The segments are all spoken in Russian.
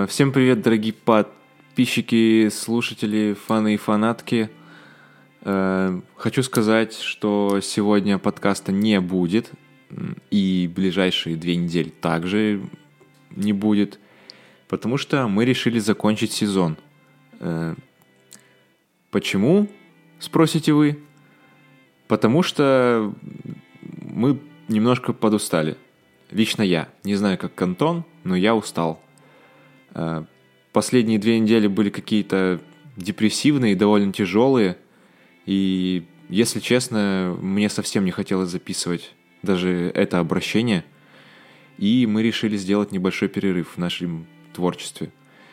Всем привет, дорогие подписчики, слушатели, фаны и фанатки. Хочу сказать, что сегодня подкаста не будет, и ближайшие 2 недели также не будет, потому что мы решили закончить сезон. Почему, спросите вы? Потому что мы немножко подустали. Лично я. Не знаю, как Антон, но я устал. Последние 2 недели были какие-то депрессивные и довольно тяжелые. И, если честно, мне совсем не хотелось записывать даже это обращение. И мы решили сделать небольшой перерыв в нашем творчестве.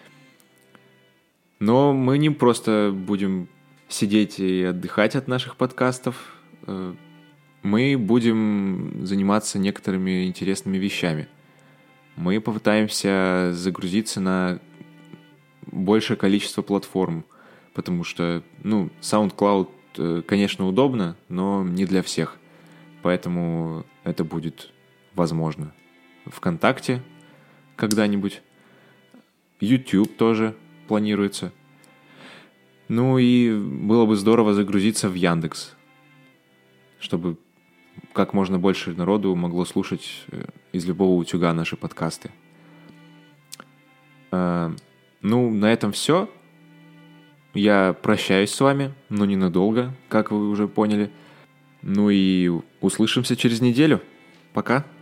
Но мы не просто будем сидеть и отдыхать от наших подкастов. Мы будем заниматься некоторыми интересными вещами. Мы попытаемся загрузиться на большее количество платформ, потому что, SoundCloud, конечно, удобно, но не для всех. Поэтому это будет возможно. ВКонтакте когда-нибудь. YouTube тоже планируется. Ну и было бы здорово загрузиться в Яндекс, чтобы как можно больше народу могло слушать из любого утюга наши подкасты. На этом все. Я прощаюсь с вами, но ненадолго, как вы уже поняли. Ну и услышимся через неделю. Пока.